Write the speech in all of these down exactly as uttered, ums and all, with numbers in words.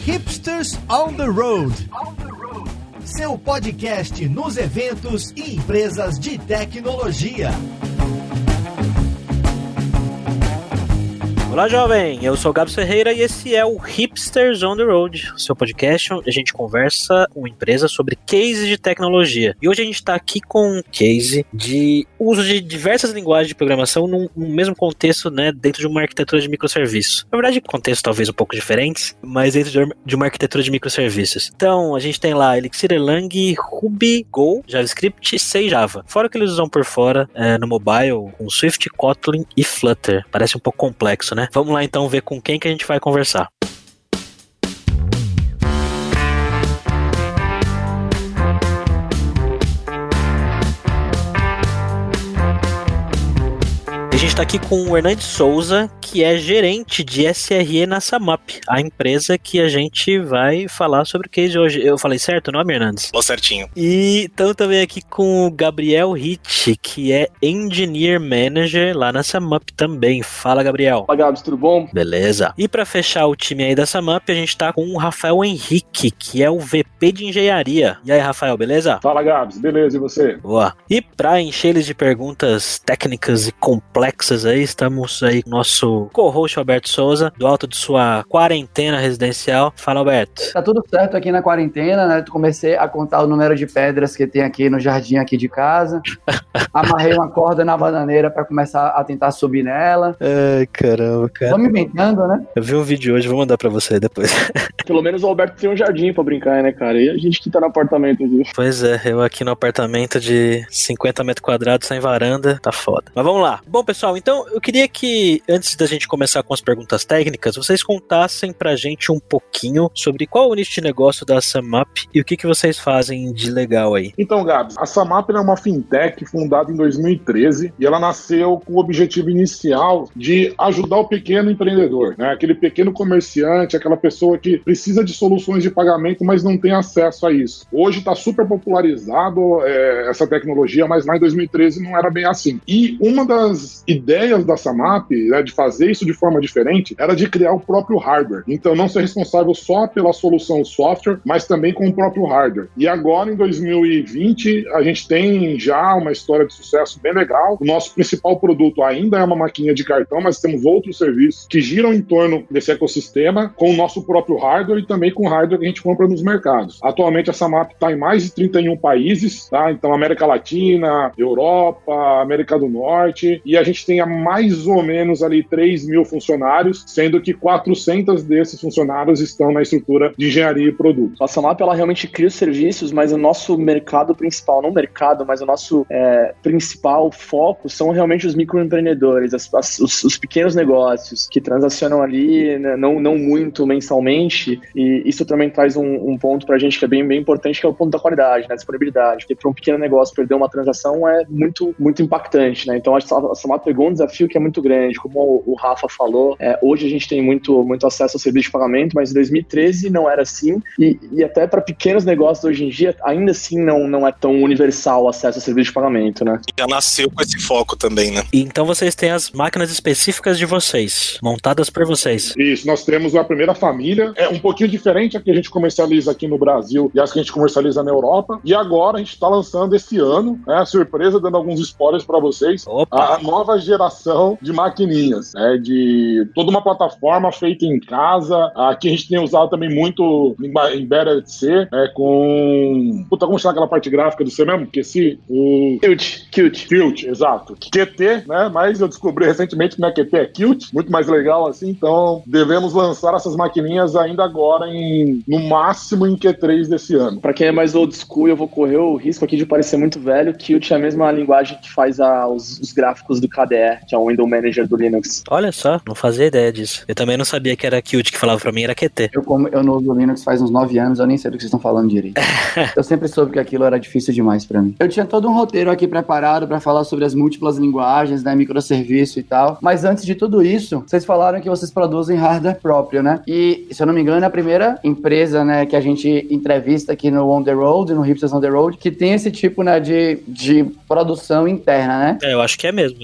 Hipsters on the Road, seu podcast nos eventos e empresas de tecnologia. Olá, jovem! Eu sou o Gabs Ferreira e esse é o Hipsters on the Road, o seu podcast onde a gente conversa com empresas sobre cases de tecnologia. E hoje a gente está aqui com um case de uso de diversas linguagens de programação num, num mesmo contexto, né, dentro de uma arquitetura de microserviços. Na verdade, contextos talvez um pouco diferentes, mas dentro de, de uma arquitetura de microserviços. Então, a gente tem lá Elixir, Erlang, Ruby, Go, JavaScript, C e Java. Fora o que eles usam por fora, é, no mobile, com Swift, Kotlin e Flutter. Parece um pouco complexo, né? Vamos lá então ver com quem que a gente vai conversar. A gente está aqui com o Hernandes Souza, que é gerente de S R E na Samap, a empresa que a gente vai falar sobre o case hoje. Eu falei certo o nome, Hernandes? Falou certinho. E estamos também aqui com o Gabriel Ritt, que é Engineer Manager lá na Samap também. Fala, Gabriel. Fala, Gabs, tudo bom? Beleza. E para fechar o time aí da Samap, a gente está com o Rafael Henrique, que é o V P de Engenharia. E aí, Rafael, beleza? Fala, Gabs, beleza, e você? Boa. E para encher eles de perguntas técnicas e complexas aí, estamos aí com o nosso co-host Alberto Souza, do alto de sua quarentena residencial. Fala, Alberto. Tá tudo certo aqui na quarentena, né? Comecei a contar o número de pedras que tem aqui no jardim aqui de casa. Amarrei uma corda na bananeira pra começar a tentar subir nela. Ai, caramba, cara. Vamos inventando, né? Eu vi um vídeo hoje, vou mandar pra você depois. Pelo menos o Alberto tem um jardim pra brincar, né, cara? E a gente que tá no apartamento aqui. Pois é, eu aqui no apartamento de cinquenta metros quadrados, sem varanda, tá foda. Mas vamos lá. Bom, pessoal, então eu queria que, antes da gente começar com as perguntas técnicas, vocês contassem pra gente um pouquinho sobre qual é o nicho de negócio da Samap e o que, que vocês fazem de legal aí. Então, Gabs, a Samap é uma fintech fundada em dois mil e treze e ela nasceu com o objetivo inicial de ajudar o pequeno empreendedor, né? Aquele pequeno comerciante, aquela pessoa que precisa de soluções de pagamento, mas não tem acesso a isso. Hoje está super popularizado é, essa tecnologia, mas lá em dois mil e treze não era bem assim. E uma das ideias da Samap, né, de fazer isso de forma diferente, era de criar o próprio hardware. Então, não ser responsável só pela solução software, mas também com o próprio hardware. E agora, em dois mil e vinte, a gente tem já uma história de sucesso bem legal. O nosso principal produto ainda é uma maquininha de cartão, mas temos outros serviços que giram em torno desse ecossistema com o nosso próprio hardware e também com o hardware que a gente compra nos mercados. Atualmente, a Samap está em mais de trinta e um países, tá? Então, América Latina, Europa, América do Norte, e a gente tem a mais ou menos ali três mil funcionários, sendo que quatrocentos desses funcionários estão na estrutura de engenharia e produto. A Samap, ela realmente cria os serviços, mas o nosso mercado principal, não mercado, mas o nosso é, principal foco são realmente os microempreendedores, as, as, os, os pequenos negócios que transacionam ali, né, não, não muito mensalmente, e isso também traz um, um ponto pra gente que é bem, bem importante, que é o ponto da qualidade, né, disponibilidade, porque para um pequeno negócio perder uma transação é muito, muito impactante, né, então a Samap pegou um desafio que é muito grande, como o Rafa falou, é, hoje a gente tem muito, muito acesso ao serviço de pagamento, mas em dois mil e treze não era assim, e, e até para pequenos negócios hoje em dia, ainda assim não, não é tão universal o acesso ao serviço de pagamento, né? Já nasceu com esse foco também, né? Então vocês têm as máquinas específicas de vocês, montadas por vocês. Isso, nós temos a primeira família, é um pouquinho diferente a que a gente comercializa aqui no Brasil e as que a gente comercializa na Europa, e agora a gente está lançando esse ano, né, surpresa, dando alguns spoilers para vocês, Opa. a nova geração de maquininhas, né, de toda uma plataforma feita em casa. Aqui a gente tem usado também muito Embedded C, né, com... Puta, como chama aquela parte gráfica do C mesmo? Esqueci. O... Qt. Qt. Qt, exato. Q T, né, mas eu descobri recentemente que não é Q T, é Qt, muito mais legal assim, então devemos lançar essas maquininhas ainda agora, em, no máximo em Q três desse ano. Pra quem é mais old school, eu vou correr o risco aqui de parecer muito velho. Qt é a mesma linguagem que faz a, os, os gráficos do K D E, que é o Window Manager do Linux. Olha só, não fazia ideia disso. Eu também não sabia que era Qt que falava pra mim, era Q T. Eu, como eu não uso Linux faz uns nove anos, eu nem sei do que vocês estão falando direito. Eu sempre soube que aquilo era difícil demais pra mim. Eu tinha todo um roteiro aqui preparado pra falar sobre as múltiplas linguagens, né, microserviço e tal, mas antes de tudo isso, vocês falaram que vocês produzem hardware próprio, né? E, se eu não me engano, é a primeira empresa, né, que a gente entrevista aqui no On The Road, no Hipsters On The Road, que tem esse tipo, né, de, de produção interna, né? É, eu acho que é mesmo, eu não lembro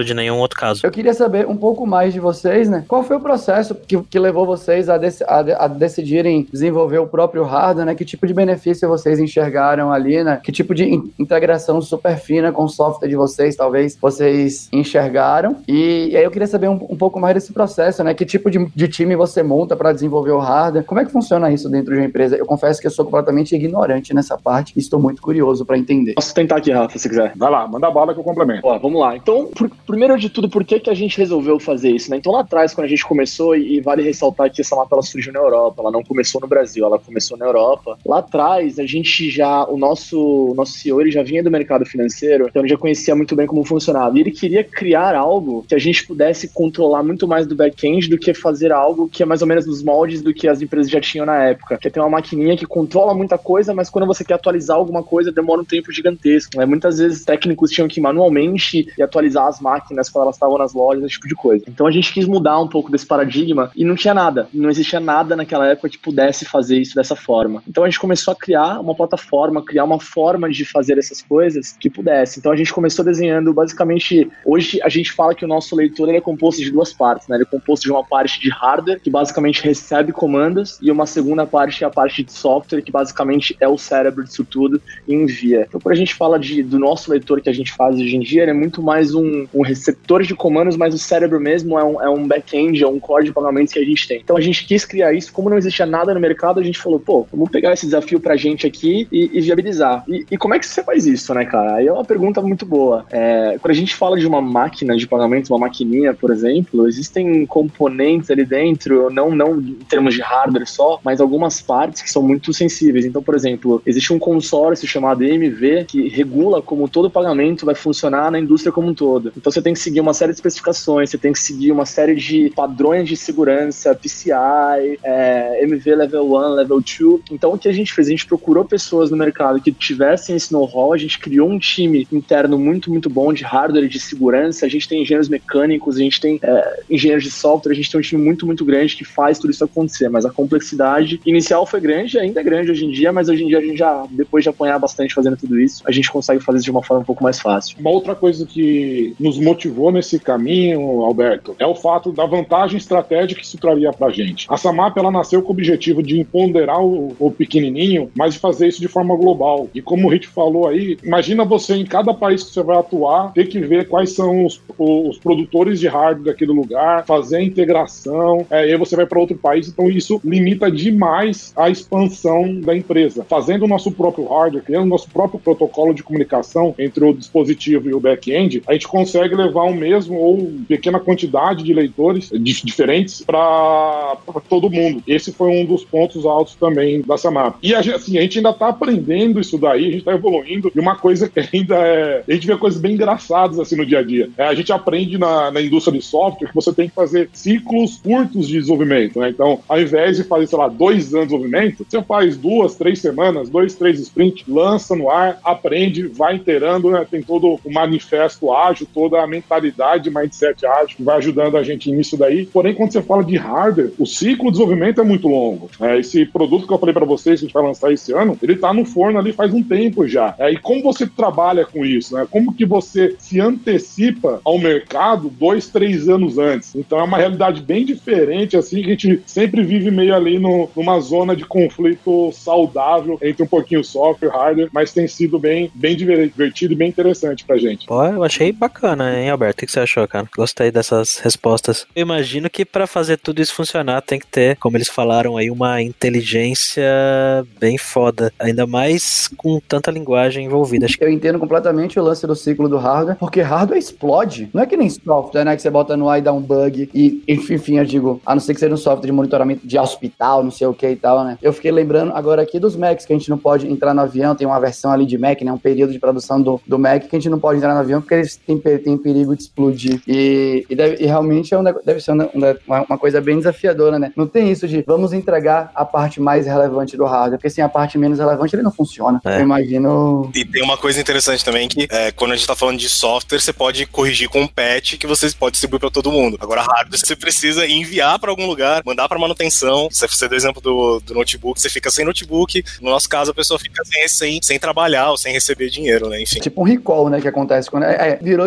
de nenhum outro caso. Eu queria saber um pouco mais de vocês, né? Qual foi o processo que, que levou vocês a, dec- a, a decidirem desenvolver o próprio hardware, né? Que tipo de benefício vocês enxergaram ali, né? Que tipo de in- integração super fina com o software de vocês, talvez, vocês enxergaram? E, e aí eu queria saber um, um pouco mais desse processo, né? Que tipo de, de time você monta para desenvolver o hardware? Como é que funciona isso dentro de uma empresa? Eu confesso que eu sou completamente ignorante nessa parte e estou muito curioso para entender. Posso tentar aqui, Rafa, se quiser. Vai lá, manda bala que eu complemento. Ó, vamos lá. Então, por, primeiro de tudo, por que, que a gente resolveu fazer isso, né? Então, lá atrás, quando a gente começou, e, e vale ressaltar que essa mapa ela surgiu na Europa, ela não começou no Brasil, ela começou na Europa. Lá atrás, a gente já, o nosso, o nosso C E O, ele já vinha do mercado financeiro, então ele já conhecia muito bem como funcionava. E ele queria criar algo que a gente pudesse controlar muito mais do back-end do que fazer algo que é mais ou menos nos moldes do que as empresas já tinham na época. Que é ter uma maquininha que controla muita coisa, mas quando você quer atualizar alguma coisa, demora um tempo gigantesco, né? Muitas vezes técnicos tinham que ir manualmente e atualizar as máquinas quando elas estavam nas lojas, esse tipo de coisa. Então a gente quis mudar um pouco desse paradigma e não tinha nada, não existia nada naquela época que pudesse fazer isso dessa forma. Então a gente começou a criar uma plataforma, criar uma forma de fazer essas coisas que pudesse. Então a gente começou desenhando basicamente, hoje a gente fala que o nosso leitor ele é composto de duas partes, né? Ele é composto de uma parte de hardware, que basicamente recebe comandos, e uma segunda parte que é a parte de software, que basicamente é o cérebro disso tudo e envia. Então quando a gente fala de, do nosso leitor que a gente faz hoje em dia, ele é muito mais um, um receptor de comandos, mas o cérebro mesmo é um, é um back-end, é um core de pagamentos que a gente tem. Então a gente quis criar isso, como não existia nada no mercado, a gente falou, pô, vamos pegar esse desafio pra gente aqui e, e viabilizar. E, e como é que você faz isso, né, cara? Aí é uma pergunta muito boa. É, quando a gente fala de uma máquina de pagamentos, uma maquininha, por exemplo, existem componentes ali dentro, não, não em termos de hardware só, mas algumas partes que são muito sensíveis. Então, por exemplo, existe um consórcio chamado E M V que regula como todo pagamento vai funcionar na indústria como um todo. Então você tem que seguir uma série de especificações, você tem que seguir uma série de padrões de segurança, P C I, é, M V Level um, Level dois. Então o que a gente fez? A gente procurou pessoas no mercado que tivessem esse know-how, a gente criou um time interno muito, muito bom de hardware e de segurança, a gente tem engenheiros mecânicos, a gente tem é, engenheiros de software, a gente tem um time muito, muito grande que faz tudo isso acontecer, mas a complexidade inicial foi grande, ainda é grande hoje em dia, mas hoje em dia a gente já, depois de apanhar bastante fazendo tudo isso, a gente consegue fazer isso de uma forma um pouco mais fácil. Uma outra coisa que nos motivou nesse caminho, Alberto, é o fato da vantagem estratégica que isso traria pra gente. A Samap, ela nasceu com o objetivo de empoderar o, o pequenininho, mas de fazer isso de forma global. E como o Rich falou aí, imagina você em cada país que você vai atuar, ter que ver quais são os, os produtores de hardware daquele lugar, fazer a integração, é, e aí você vai para outro país, então isso limita demais a expansão da empresa. Fazendo o nosso próprio hardware, criando o nosso próprio protocolo de comunicação entre o dispositivo e o back-end, a gente consegue levar o mesmo ou pequena quantidade de leitores diferentes para todo mundo. Esse foi um dos pontos altos também da Samap. E a gente, assim, a gente ainda está aprendendo isso daí, a gente está evoluindo, e uma coisa que ainda é... A gente vê coisas bem engraçadas assim no dia a dia. É, a gente aprende na, na indústria de software que você tem que fazer ciclos curtos de desenvolvimento, né? Então, ao invés de fazer, sei lá, dois anos de desenvolvimento, você faz duas, três semanas, dois, três sprints, lança no ar, aprende, vai inteirando, né? Tem todo o manifesto ágil, toda a mentalidade, mindset ágil, que vai ajudando a gente nisso daí. Porém, quando você fala de hardware, o ciclo de desenvolvimento é muito longo. É, esse produto que eu falei para vocês, que a gente vai lançar esse ano, ele tá no forno ali faz um tempo já. É, e como você trabalha com isso, né? Como que você se antecipa ao mercado dois, três anos antes? Então é uma realidade bem diferente, assim, que a gente sempre vive meio ali no, numa zona de conflito saudável entre um pouquinho software, hardware, mas tem sido bem, bem divertido e bem interessante pra gente. Pô, eu achei bacana, hein, Alberto? O que você achou, cara? Gostei dessas respostas. Eu imagino que pra fazer tudo isso funcionar tem que ter, como eles falaram aí, uma inteligência bem foda. Ainda mais com tanta linguagem envolvida. Eu entendo completamente o lance do ciclo do hardware, porque hardware explode. Não é que nem software, né? Que você bota no ar e dá um bug e, enfim, eu digo, a não ser que seja um software de monitoramento de hospital, não sei o que e tal, né? Eu fiquei lembrando agora aqui dos Macs, que a gente não pode entrar no avião, tem uma versão ali de Mac, né? Um período de produção do, do Mac que a gente não pode entrar no avião porque eles têm, têm perigo de explodir. E, e, deve, e realmente é um, deve ser uma, uma coisa bem desafiadora, né? Não tem isso de vamos entregar a parte mais relevante do hardware, porque sem a parte menos relevante ele não funciona. É. Eu imagino... E tem uma coisa interessante também que é, quando a gente tá falando de software, você pode corrigir com um patch que você pode distribuir para todo mundo. Agora, hardware, você precisa enviar para algum lugar, mandar para manutenção. Se você deu o exemplo do, do notebook, você fica sem notebook. No nosso caso, a pessoa fica sem, sem, sem trabalhar ou sem receber dinheiro, né? Enfim. Tipo um recall, né? Que acontece quando... É, é, virou de novo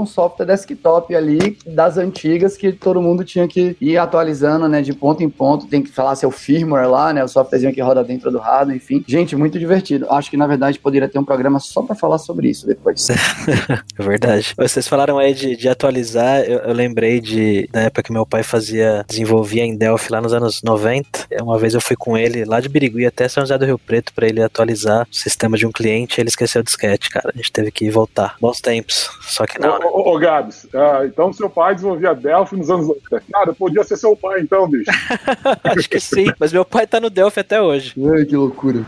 software desktop ali, das antigas, que todo mundo tinha que ir atualizando, né, de ponto em ponto, tem que falar seu firmware lá, né, o softwarezinho que roda dentro do hardware, enfim. Gente, muito divertido. Acho que, na verdade, poderia ter um programa só pra falar sobre isso depois. É verdade. Vocês falaram aí de, de atualizar, eu, eu lembrei de, da época que meu pai fazia, desenvolvia em Delphi lá nos anos noventa. Uma vez eu fui com ele lá de Birigui até São José do Rio Preto pra ele atualizar o sistema de um cliente e ele esqueceu o disquete, cara. A gente teve que voltar. Bons tempos. Só que não, né? Ô, ô, ô Gabs, ah, então seu pai desenvolvia Delphi nos anos noventa. Cara, podia ser seu pai então, bicho. Acho que sim, mas meu pai tá no Delphi até hoje. Ai, que loucura.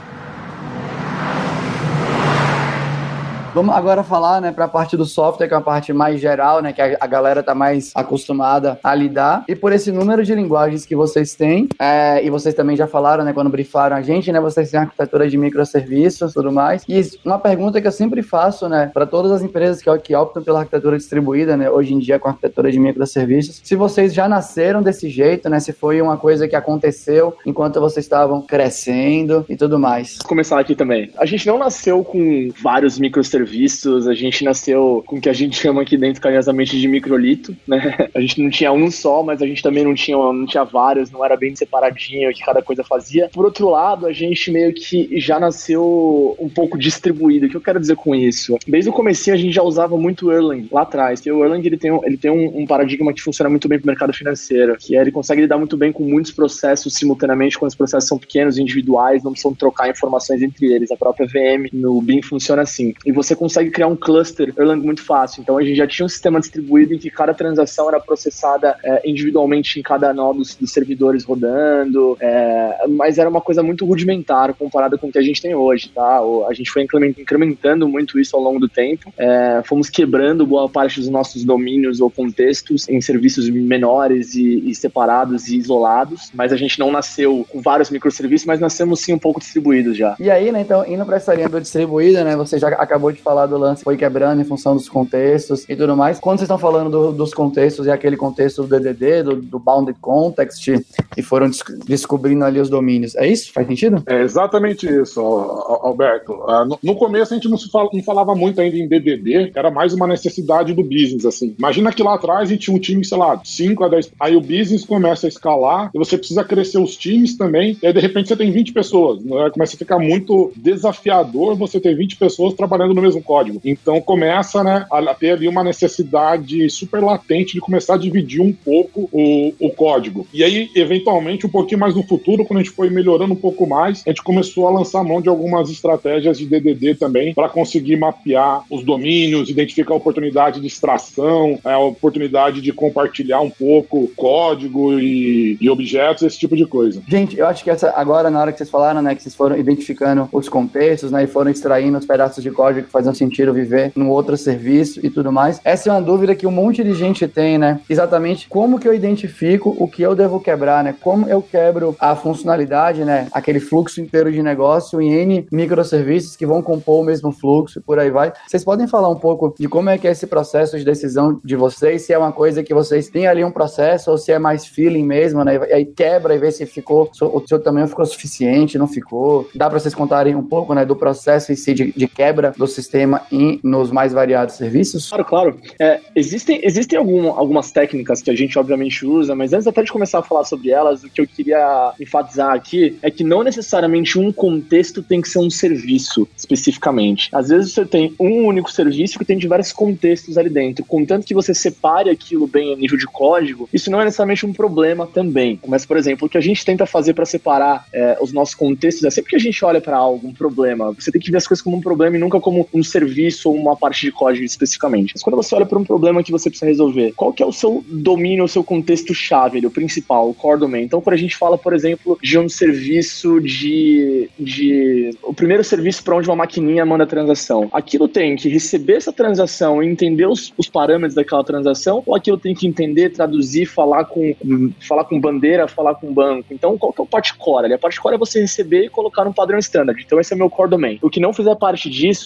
Vamos agora falar, né, para a parte do software, que é uma parte mais geral, né, que a, a galera tá mais acostumada a lidar. E por esse número de linguagens que vocês têm, é, e vocês também já falaram, né, quando briefaram a gente, né, vocês têm a arquitetura de microserviços e tudo mais. E uma pergunta que eu sempre faço, né, para todas as empresas que, que optam pela arquitetura distribuída, né, hoje em dia com a arquitetura de microserviços, se vocês já nasceram desse jeito, né, se foi uma coisa que aconteceu enquanto vocês estavam crescendo e tudo mais. Vou começar aqui também. A gente não nasceu com vários microserviços, a gente nasceu com o que a gente chama aqui dentro carinhosamente de microlito, né? A gente não tinha um só, mas a gente também não tinha, não tinha vários, não era bem separadinho o que cada coisa fazia. Por outro lado, a gente meio que já nasceu um pouco distribuído. O que eu quero dizer com isso? Desde o comecinho a gente já usava muito o Erlang lá atrás, porque o Erlang ele tem, um, ele tem um, um paradigma que funciona muito bem para o mercado financeiro, que é ele consegue lidar muito bem com muitos processos simultaneamente, quando os processos são pequenos, individuais, não precisam trocar informações entre eles. A própria V M no B I M funciona assim. E você consegue criar um cluster Erlang muito fácil. Então a gente já tinha um sistema distribuído em que cada transação era processada é, individualmente em cada nó dos, dos servidores rodando, é, mas era uma coisa muito rudimentar comparada com o que a gente tem hoje, tá? A gente foi incrementando muito isso ao longo do tempo, é, fomos quebrando boa parte dos nossos domínios ou contextos em serviços menores e, e separados e isolados, mas a gente não nasceu com vários microserviços, mas nascemos sim um pouco distribuídos já. E aí, né, então, indo para essa linha do distribuída, né, você já acabou de falar do lance, foi quebrando em função dos contextos e tudo mais. Quando vocês estão falando do, dos contextos, é aquele contexto do D D D, do, do Bounded Context, e foram des descobrindo ali os domínios. É isso? Faz sentido? É exatamente isso, Alberto. No, no começo a gente não, se fala, não falava muito ainda em D D D, era mais uma necessidade do business, assim. Imagina que lá atrás a gente tinha um time, sei lá, cinco a dez, aí o business começa a escalar, e você precisa crescer os times também, e aí de repente você tem vinte pessoas, né? Começa a ficar muito desafiador você ter vinte pessoas trabalhando no mesmo código. Então começa, né, a ter ali uma necessidade super latente de começar a dividir um pouco o, o código. E aí, eventualmente, um pouquinho mais no futuro, quando a gente foi melhorando um pouco mais, a gente começou a lançar mão de algumas estratégias de D D D também, para conseguir mapear os domínios, identificar a oportunidade de extração, a oportunidade de compartilhar um pouco código e, e objetos, esse tipo de coisa. Gente, eu acho que essa, agora, na hora que vocês falaram, né, que vocês foram identificando os contextos, né, e foram extraindo os pedaços de código que faziam sentido viver num outro serviço e tudo mais, essa é uma dúvida que um monte de gente tem, né, exatamente como que eu identifico o que eu devo quebrar, né, como eu quebro a funcionalidade, né, aquele fluxo inteiro de negócio em N microserviços que vão compor o mesmo fluxo e por aí vai. Vocês podem falar um pouco de como é que é esse processo de decisão de vocês, se é uma coisa que vocês têm ali um processo ou se é mais feeling mesmo, né, e aí quebra e vê se ficou, o seu tamanho ficou suficiente, não ficou. Dá para vocês contarem um pouco, né, do processo em si de, de quebra do sistema em, nos mais variados serviços? Claro, claro. É, existem existem algum, algumas técnicas que a gente obviamente usa, mas antes até de começar a falar sobre elas, o que eu queria enfatizar aqui é que não necessariamente um contexto tem que ser um serviço, especificamente. Às vezes você tem um único serviço que tem diversos contextos ali dentro. Contanto que você separe aquilo bem a nível de código, isso não é necessariamente um problema também. Mas, por exemplo, o que a gente tenta fazer para separar é, os nossos contextos é sempre que a gente olha para algo, um problema, você tem que ver as coisas como um problema e nunca como um serviço ou uma parte de código especificamente. Mas quando você olha para um problema que você precisa resolver, qual que é o seu domínio, o seu contexto-chave, o principal, o core domain? Então, quando a gente fala, por exemplo, de um serviço de... de o primeiro serviço para onde uma maquininha manda a transação, aquilo tem que receber essa transação e entender os, os parâmetros daquela transação, ou aquilo tem que entender, traduzir, falar com, falar com bandeira, falar com banco? Então, qual que é o parte core? A parte core é você receber e colocar num padrão standard. Então, esse é o meu core domain. O que não fizer parte disso, eu comunico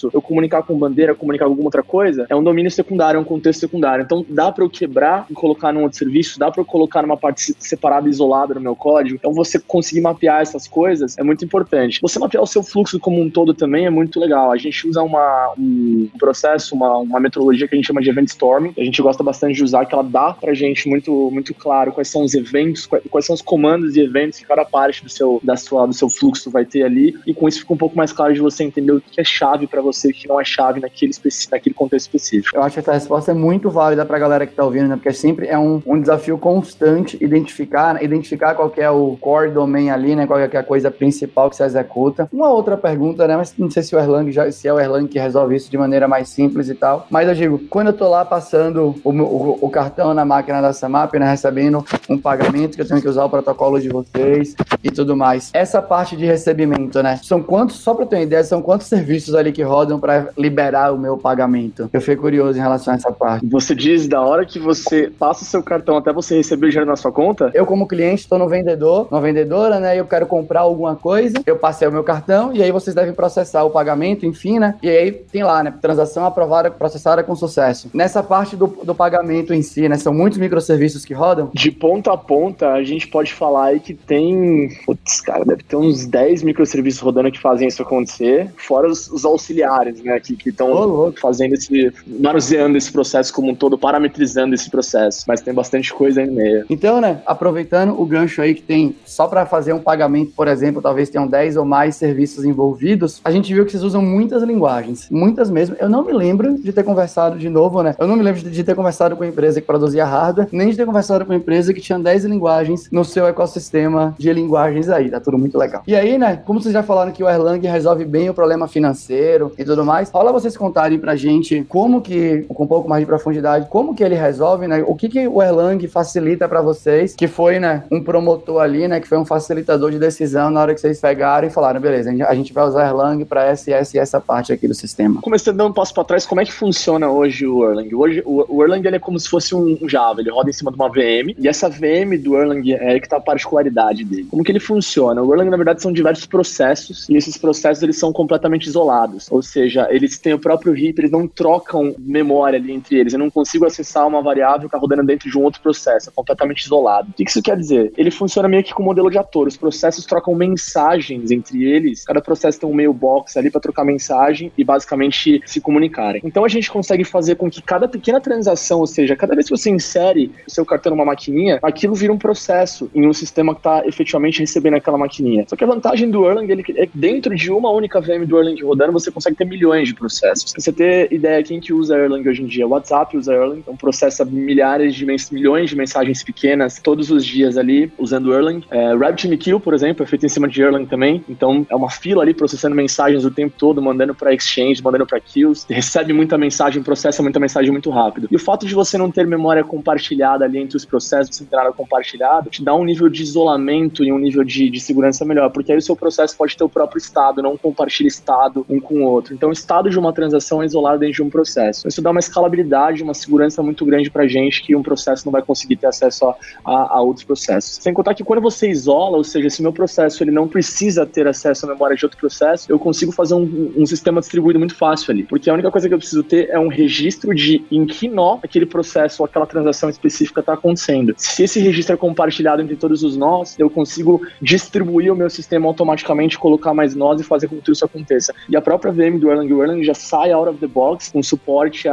comunicar com bandeira, comunicar com alguma outra coisa, é um domínio secundário, é um contexto secundário. Então dá para eu quebrar e colocar num outro serviço, dá para eu colocar numa parte separada, isolada no meu código. Então você conseguir mapear essas coisas é muito importante. Você mapear o seu fluxo como um todo também é muito legal. A gente usa uma, um processo, uma, uma metodologia que a gente chama de Event Storming, que a gente gosta bastante de usar, que ela dá pra gente muito, muito claro quais são os eventos, quais, quais são os comandos e eventos que cada parte do seu, da sua, do seu fluxo vai ter ali, e com isso fica um pouco mais claro de você entender o que é chave pra você e o que não é chave naquele, especi- naquele contexto específico. Eu acho que essa resposta é muito válida pra galera que tá ouvindo, né? Porque sempre é um, um desafio constante identificar, né? identificar qual que é o core domain ali, né? Qual que é a coisa principal que você executa. Uma outra pergunta, né? Mas não sei se o Erlang já, se é o Erlang que resolve isso de maneira mais simples e tal. Mas eu digo, quando eu tô lá passando o, o, o cartão na máquina da Samap, né? Recebendo um pagamento que eu tenho que usar o protocolo de vocês e tudo mais. Essa parte de recebimento, né? São quantos, só pra ter uma ideia, são quantos serviços ali que rodam pra liberar o meu pagamento? Eu fiquei curioso em relação a essa parte. Você diz da hora que você passa o seu cartão até você receber o dinheiro na sua conta? Eu, como cliente, estou no vendedor, uma vendedora, né? E eu quero comprar alguma coisa, eu passei o meu cartão e aí vocês devem processar o pagamento, enfim, né? E aí tem lá, né? Transação aprovada, processada com sucesso. Nessa parte do, do pagamento em si, né? São muitos microserviços que rodam? De ponta a ponta, a gente pode falar aí que tem... Putz, cara, deve ter uns dez microserviços rodando que fazem isso acontecer, fora os, os auxiliares, né? Que estão oh, fazendo esse... manuseando esse processo como um todo, parametrizando esse processo. Mas tem bastante coisa aí no meio. Então, né? Aproveitando o gancho aí que tem só para fazer um pagamento, por exemplo, talvez tenham dez ou mais serviços envolvidos, a gente viu que vocês usam muitas linguagens, muitas mesmo. Eu não me lembro de ter conversado de novo, né? Eu não me lembro de ter conversado com a empresa que produzia hardware, nem de ter conversado com a empresa que tinha dez linguagens no seu ecossistema de linguagens aí. Tá tudo muito legal. E aí, né? Como vocês já falaram que o Erlang resolve bem o problema financeiro e tudo mais, rola vocês contarem pra gente como que, com um pouco mais de profundidade, como que ele resolve, né? O que que o Erlang facilita pra vocês, que foi, né, um promotor ali, né, que foi um facilitador de decisão na hora que vocês pegaram e falaram, beleza, a gente vai usar Erlang para essa, essa e essa parte aqui do sistema. Começando dando um passo para trás, como é que funciona hoje o Erlang? Hoje, o, o Erlang ele é como se fosse um Java, ele roda em cima de uma V M, e essa V M do Erlang é que tá a particularidade dele. Como que ele funciona? O Erlang, na verdade, são diversos processos, e esses processos, eles são completamente isolados, ou seja, eles têm o próprio heap, eles não trocam memória ali entre eles, eu não consigo acessar uma variável que tá rodando dentro de um outro processo, é completamente isolado. O que isso quer dizer? Ele funciona meio que com modelo de ator. Os processos trocam mensagens entre eles. Cada processo tem um mailbox ali para trocar mensagem e basicamente se comunicarem. Então a gente consegue fazer com que cada pequena transação, ou seja, cada vez que você insere o seu cartão numa maquininha, aquilo vira um processo em um sistema que está efetivamente recebendo aquela maquininha. Só que a vantagem do Erlang ele é que dentro de uma única V M do Erlang rodando, você consegue ter milhões de processos. Pra você ter ideia, quem que usa Erlang hoje em dia? O WhatsApp usa Erlang, então processa milhares de mens- milhões de mensagens pequenas todos os dias ali, usando Erlang. É, RabbitMQ, por exemplo, é feito em cima de Erlang também. Então, é uma fila ali processando mensagens o tempo todo, mandando para Exchange, mandando para Queues. Recebe muita mensagem, processa muita mensagem muito rápido. E o fato de você não ter memória compartilhada ali entre os processos, você não ter nada compartilhado, te dá um nível de isolamento e um nível de, de segurança melhor, porque aí o seu processo pode ter o próprio estado, não compartilha estado um com o outro. Então, o estado de uma transação é isolado dentro de um processo. Isso dá uma escalabilidade, uma segurança muito grande pra gente, que um processo não vai conseguir ter acesso a, a, a outros processos. Sem contar que quando você isola, ou seja, se meu processo ele não precisa ter acesso à memória de outro processo, eu consigo fazer um, um sistema distribuído muito fácil ali. Porque a única coisa que eu preciso ter é um registro de em que nó aquele processo ou aquela transação específica está acontecendo. Se esse registro é compartilhado entre todos os nós, eu consigo distribuir o meu sistema automaticamente, colocar mais nós e fazer com que tudo isso aconteça. E a própria V M do Erlang, o Erlang já sai out of the box com suporte a,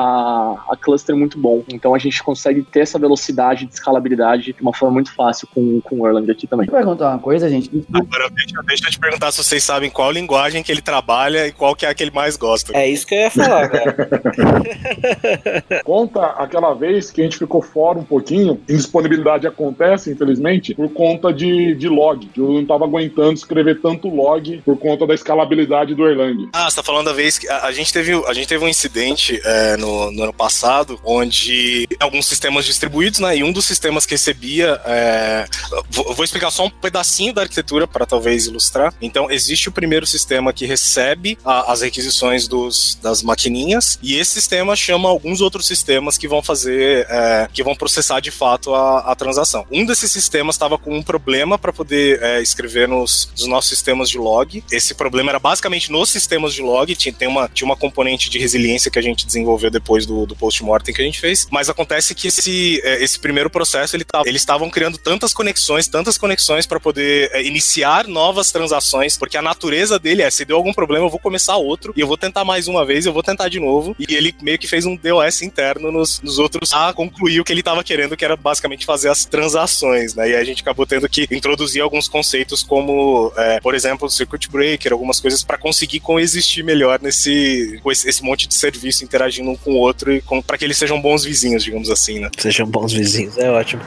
a, a cluster muito bom. Então a gente consegue ter essa velocidade de escalabilidade de uma forma muito fácil com, com o Erlang aqui também. Vou perguntar uma coisa, gente. Agora deixa, deixa eu te perguntar se vocês sabem qual linguagem que ele trabalha e qual que é a que ele mais gosta. É isso que eu ia falar, cara. Conta aquela vez que a gente ficou fora um pouquinho, indisponibilidade acontece, infelizmente, por conta de, de log. Eu não estava aguentando escrever tanto log por conta da escalabilidade do Erlang. Ah, você tá falando da vez que a, a, gente, teve, a gente teve um incidente é, no, no ano passado, onde alguns sistemas distribuídos, né, e um dos sistemas que recebia, é, vou, vou explicar só um pedacinho da arquitetura para talvez ilustrar. Então, existe o primeiro sistema que recebe a, as requisições dos, das maquininhas, e esse sistema chama alguns outros sistemas que vão fazer, é, que vão processar de fato a, a transação. Um desses sistemas estava com um problema para poder é, escrever nos, nos nossos sistemas de log. Esse problema era basicamente nos sistemas de log, tinha, tem uma, tinha uma componente de resiliência que a gente desenvolveu depois do, do post-mortem que a gente fez, mas acontece que esse, esse primeiro processo, ele tá, eles estavam criando tantas conexões, tantas conexões para poder é, iniciar novas transações, porque a natureza dele é, se deu algum problema, eu vou começar outro, e eu vou tentar mais uma vez, eu vou tentar de novo, e ele meio que fez um D O S interno nos, nos outros a concluir o que ele estava querendo, que era basicamente fazer as transações, né, e aí a gente acabou tendo que introduzir alguns conceitos como, é, por exemplo, circuit breaker, algumas coisas para conseguir coexistir melhor nesse, com esse, esse monte de serviço interagindo um com o outro, e para que eles sejam bons vizinhos, digamos assim, né. Sejam bons vizinhos, é ótimo.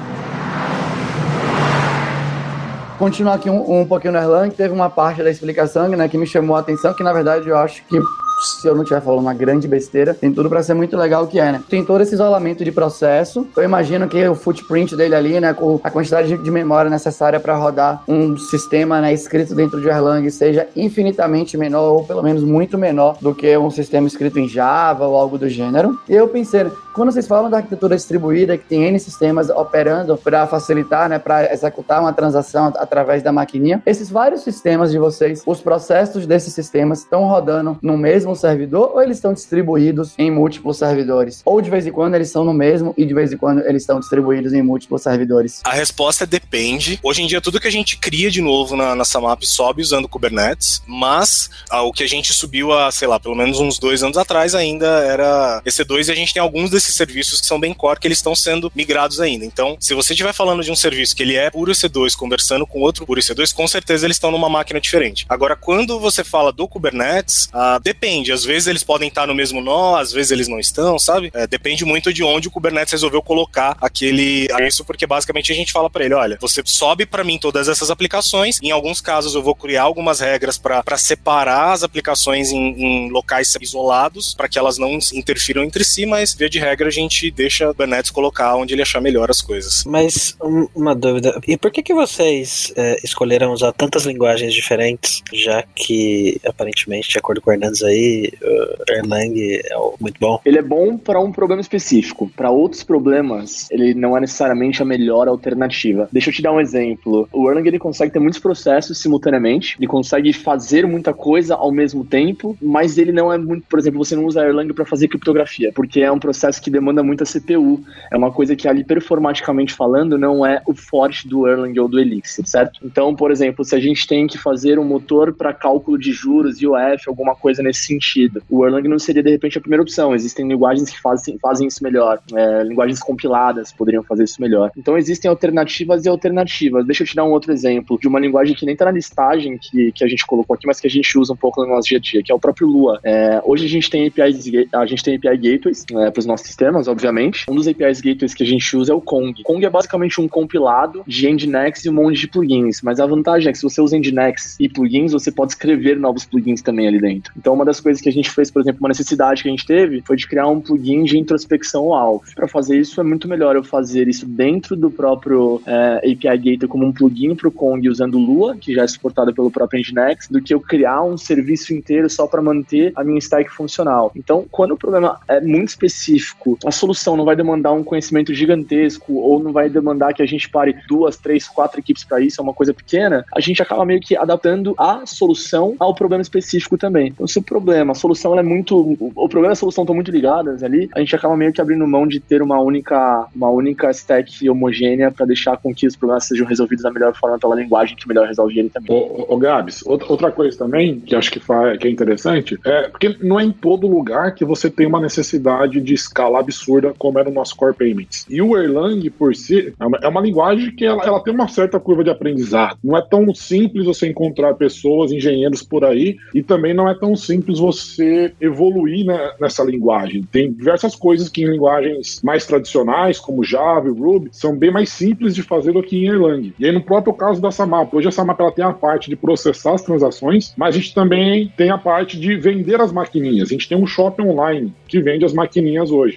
Continuar aqui um, um pouquinho no Erlang, teve uma parte da explicação, né, que me chamou a atenção, que na verdade eu acho que, se eu não estiver falando uma grande besteira, tem tudo pra ser muito legal o que é, né? Tem todo esse isolamento de processo. Eu imagino que o footprint dele ali, né, com a quantidade de memória necessária para rodar um sistema, né, escrito dentro de Erlang seja infinitamente menor, ou pelo menos muito menor do que um sistema escrito em Java ou algo do gênero. E eu pensei, quando vocês falam da arquitetura distribuída, que tem N sistemas operando para facilitar, né, para executar uma transação através da maquininha, esses vários sistemas de vocês, os processos desses sistemas estão rodando no mesmo servidor ou eles estão distribuídos em múltiplos servidores? Ou de vez em quando eles estão no mesmo e de vez em quando eles estão distribuídos em múltiplos servidores? A resposta é depende. Hoje em dia tudo que a gente cria de novo na, na SAMAP sobe usando Kubernetes, mas ah, o que a gente subiu há, sei lá, pelo menos uns dois anos atrás ainda era E C dois, e a gente tem alguns desses serviços que são bem core que eles estão sendo migrados ainda. Então, se você estiver falando de um serviço que ele é puro E C dois conversando com outro puro E C dois, com certeza eles estão numa máquina diferente. Agora, quando você fala do Kubernetes, ah, depende. Às vezes eles podem estar no mesmo nó, às vezes eles não estão, sabe? É, depende muito de onde o Kubernetes resolveu colocar aquele, isso, porque basicamente a gente fala para ele, olha, você sobe para mim todas essas aplicações, em alguns casos eu vou criar algumas regras para separar as aplicações em, em locais isolados, para que elas não interfiram entre si, mas via de regra a gente deixa o Kubernetes colocar onde ele achar melhor as coisas. Mas um, uma dúvida, e por que que vocês é, escolheram usar tantas linguagens diferentes, já que aparentemente, de acordo com o Hernandes aí, uh, Erlang é muito bom? Ele é bom para um problema específico. Para outros problemas, ele não é necessariamente a melhor alternativa. Deixa eu te dar um exemplo. O Erlang, ele consegue ter muitos processos simultaneamente, ele consegue fazer muita coisa ao mesmo tempo, mas ele não é muito, por exemplo, você não usa Erlang para fazer criptografia, porque é um processo que demanda muita C P U. É uma coisa que ali, performaticamente falando, não é o forte do Erlang ou do Elixir, certo? Então, por exemplo, se a gente tem que fazer um motor para cálculo de juros, I O F, alguma coisa nesse sentido, o Erlang não seria, de repente, a primeira opção. Existem linguagens que fazem, fazem isso melhor. É, linguagens compiladas poderiam fazer isso melhor. Então, existem alternativas e alternativas. Deixa eu te dar um outro exemplo de uma linguagem que nem está na listagem que, que a gente colocou aqui, mas que a gente usa um pouco no nosso dia a dia, que é o próprio Lua. É, hoje a gente tem A P Is, a gente tem A P I Gateways é, para os nossos sistemas, obviamente. Um dos A P Is Gateways que a gente usa é o Kong. Kong é basicamente um compilado de Nginx e um monte de plugins, mas a vantagem é que se você usa Nginx e plugins, você pode escrever novos plugins também ali dentro. Então, uma das coisas que a gente fez, por exemplo, uma necessidade que a gente teve foi de criar um plugin de introspecção ao alvo. Para fazer isso, é muito melhor eu fazer isso dentro do próprio é, A P I Gateway como um plugin para o Kong usando Lua, que já é suportado pelo próprio Nginx, do que eu criar um serviço inteiro só para manter a minha stack funcional. Então, quando o problema é muito específico, a solução não vai demandar um conhecimento gigantesco ou não vai demandar que a gente pare duas, três, quatro equipes para isso, é uma coisa pequena, a gente acaba meio que adaptando a solução ao problema específico também. Então, se o problema, a solução ela é muito, o problema e a solução estão muito ligadas ali, a gente acaba meio que abrindo mão de ter uma única, uma única stack homogênea para deixar com que os problemas sejam resolvidos da melhor forma pela linguagem que melhor resolve ele também. Ô, ô Gabs, outra coisa também que acho que, faz, que é interessante é porque não é em todo lugar que você tem uma necessidade de escala absurda como era o nosso Core Payments. E o Erlang, por si, é uma, é uma linguagem que ela, ela tem uma certa curva de aprendizado. Não é tão simples você encontrar pessoas, engenheiros por aí, e também não é tão simples você evoluir, né, nessa linguagem. Tem diversas coisas que em linguagens mais tradicionais, como Java e Ruby, são bem mais simples de fazer do que em Erlang. E aí no próprio caso da SAMAP, hoje a SAMAP ela tem a parte de processar as transações, mas a gente também tem a parte de vender as maquininhas. A gente tem um shopping online que vende as maquininhas hoje.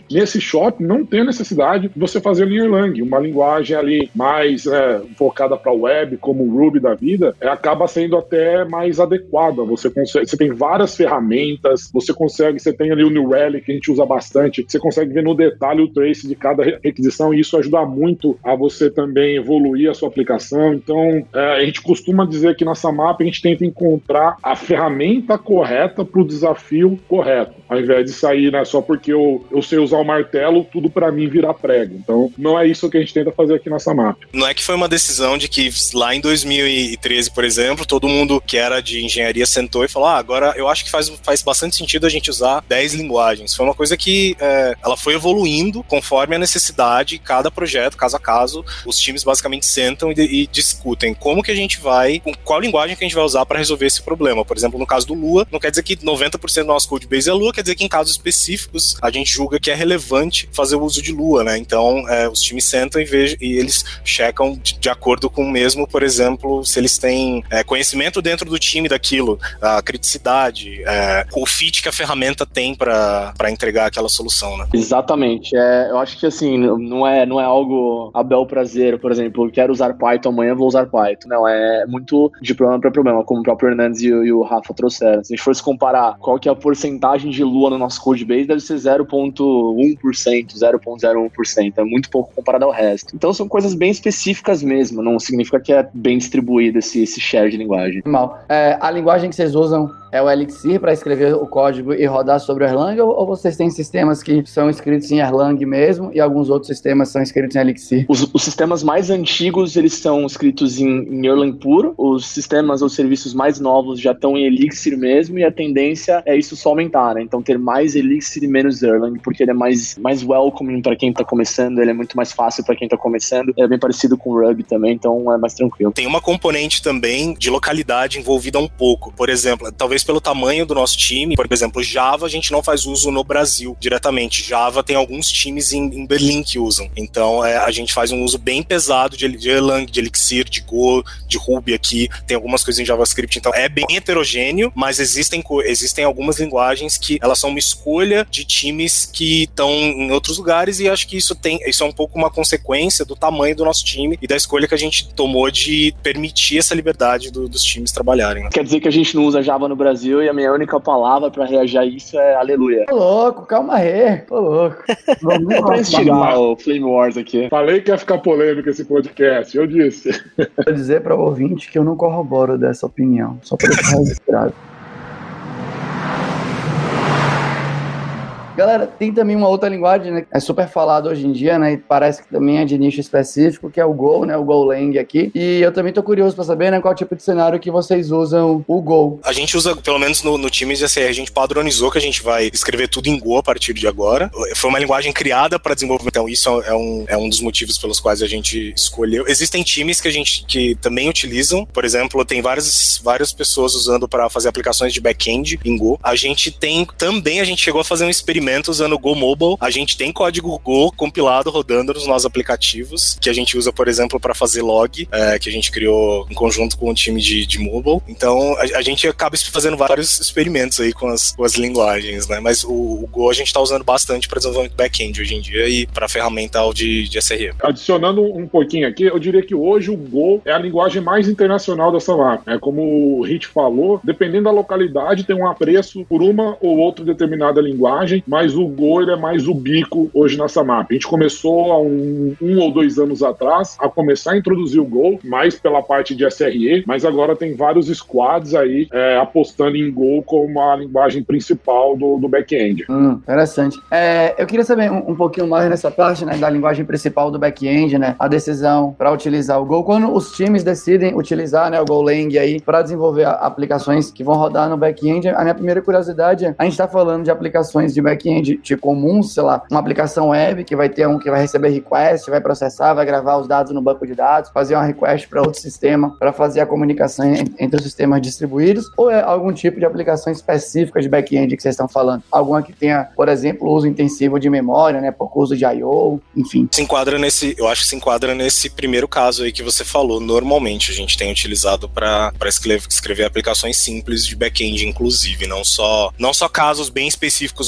shopping. Nesse shopping não tem necessidade de você fazer em Erlang, uma linguagem ali mais é, focada para web, como o Ruby da vida, é, acaba sendo até mais adequada. Você consegue, você tem várias ferramentas, você consegue, você tem ali o New Relic que a gente usa bastante, você consegue ver no detalhe o trace de cada requisição e isso ajuda muito a você também evoluir a sua aplicação. Então, é, a gente costuma dizer que na Samap a gente tenta encontrar a ferramenta correta para o desafio correto, ao invés de sair, né, só porque eu, eu sei usar o martelo, tudo para mim virar prego. Então, não é isso que a gente tenta fazer aqui na Samap. Não é que foi uma decisão de que lá em dois mil e treze, por exemplo, todo mundo que era de engenharia sentou e falou, ah, agora eu acho que faz, faz bastante sentido a gente usar dez linguagens. Foi uma coisa que é, ela foi evoluindo conforme a necessidade, cada projeto, caso a caso, os times basicamente sentam e, e discutem como que a gente vai, qual linguagem que a gente vai usar para resolver esse problema. Por exemplo, no caso do Lua, não quer dizer que noventa por cento do nosso codebase é Lua, quer dizer que em casos específicos a gente julga que é relevante fazer o uso de Lua, né? Então, é, os times sentam e, vejam, e eles checam de, de acordo com o mesmo, por exemplo, se eles têm é, conhecimento dentro do time daquilo, a criticidade, é, o fit que a ferramenta tem para entregar aquela solução, né? Exatamente. É, eu acho que assim, não é, não é algo a bel prazer, por exemplo, quero usar Python, amanhã vou usar Python. Não, é muito de problema para problema, como o próprio Hernandes e o, e o Rafa trouxeram. Se a gente fosse comparar qual que é a porcentagem de Lua no nosso codebase, deve ser zero vírgula um por cento, zero vírgula zero um por cento. É muito pouco comparado ao resto. Então são coisas bem específicas mesmo, não significa que é bem distribuído esse, esse share de linguagem. Mal. É, a linguagem que vocês usam é o Elixir para escrever o código e rodar sobre o Erlang, ou, ou vocês têm sistemas que são escritos em Erlang mesmo e alguns outros sistemas são escritos em Elixir? Os, os sistemas mais antigos, eles são escritos em, em Erlang puro, os sistemas ou serviços mais novos já estão em Elixir mesmo, e a tendência é isso só aumentar, né? Então ter mais Elixir e menos Erlang, porque ele é mais, mais welcoming para quem está começando, ele é muito mais fácil para quem está começando, é bem parecido com o Ruby também, então é mais tranquilo. Tem uma componente também de localidade envolvida um pouco, por exemplo, talvez pelo tamanho do nosso time, por exemplo, Java a gente não faz uso no Brasil diretamente, Java tem alguns times em, em Berlim que usam, então é, a gente faz um uso bem pesado de, de Erlang, de Elixir, de Go, de Ruby aqui, tem algumas coisas em JavaScript, então é bem heterogêneo, mas existem, existem algumas linguagens que elas são uma escolha de times que estão em outros lugares, e acho que isso, tem, isso é um pouco uma consequência do tamanho do nosso time e da escolha que a gente tomou de permitir essa liberdade do, dos times trabalharem. Quer dizer que a gente não usa Java no Brasil e a minha única palavra pra reagir a isso é aleluia. Tô louco, calma aí, tô louco. Vamos pra estirar o Flame Wars aqui. Falei que ia ficar polêmico esse podcast, eu disse. Vou dizer para o ouvinte que eu não corroboro dessa opinião, só para deixar registrado. Galera, tem também uma outra linguagem, né, que é super falada hoje em dia, né, e parece que também é de nicho específico, que é o Go, né, o Golang aqui. E eu também tô curioso pra saber, né, qual tipo de cenário que vocês usam o Go. A gente usa, pelo menos no, no time de A C R, a gente padronizou que a gente vai escrever tudo em Go a partir de agora. Foi uma linguagem criada para desenvolvimento, então isso é um, é um dos motivos pelos quais a gente escolheu. Existem times que a gente que também utilizam, por exemplo, tem várias, várias pessoas usando para fazer aplicações de back-end em Go. A gente tem, também a gente chegou a fazer um experimento usando o Go Mobile. A gente tem código Go compilado rodando nos nossos aplicativos, que a gente usa, por exemplo, para fazer log, é, que a gente criou em conjunto com o time de, de mobile. Então, a, a gente acaba fazendo vários experimentos aí com as, com as linguagens, né? Mas o, o Go a gente está usando bastante para desenvolvimento back-end hoje em dia e para ferramental de, de S R E. Adicionando um pouquinho aqui, eu diria que hoje o Go é a linguagem mais internacional da Samap. É, como o Hit falou, dependendo da localidade, tem um apreço por uma ou outra determinada linguagem, mas o Go ele é mais ubico hoje na Samap. A gente começou há um, um ou dois anos atrás a começar a introduzir o Go, mais pela parte de S R E, mas agora tem vários squads aí é, apostando em Go como a linguagem principal do, do back-end. Hum, interessante. É, eu queria saber um, um pouquinho mais nessa parte, né, da linguagem principal do back-end, né, a decisão para utilizar o Go. Quando os times decidem utilizar, né, o Golang aí para desenvolver aplicações que vão rodar no back-end, a minha primeira curiosidade é, a gente está falando de aplicações de back-end de comum, sei lá, uma aplicação web que vai ter um que vai receber request, vai processar, vai gravar os dados no banco de dados, fazer uma request para outro sistema para fazer a comunicação entre os sistemas distribuídos, ou é algum tipo de aplicação específica de back-end que vocês estão falando? Alguma que tenha, por exemplo, uso intensivo de memória, né, pouco uso de I O, enfim. Se enquadra nesse, eu acho que se enquadra nesse primeiro caso aí que você falou. Normalmente a gente tem utilizado para escrever, escrever aplicações simples de back-end, inclusive, não só, não só casos bem específicos onde o Go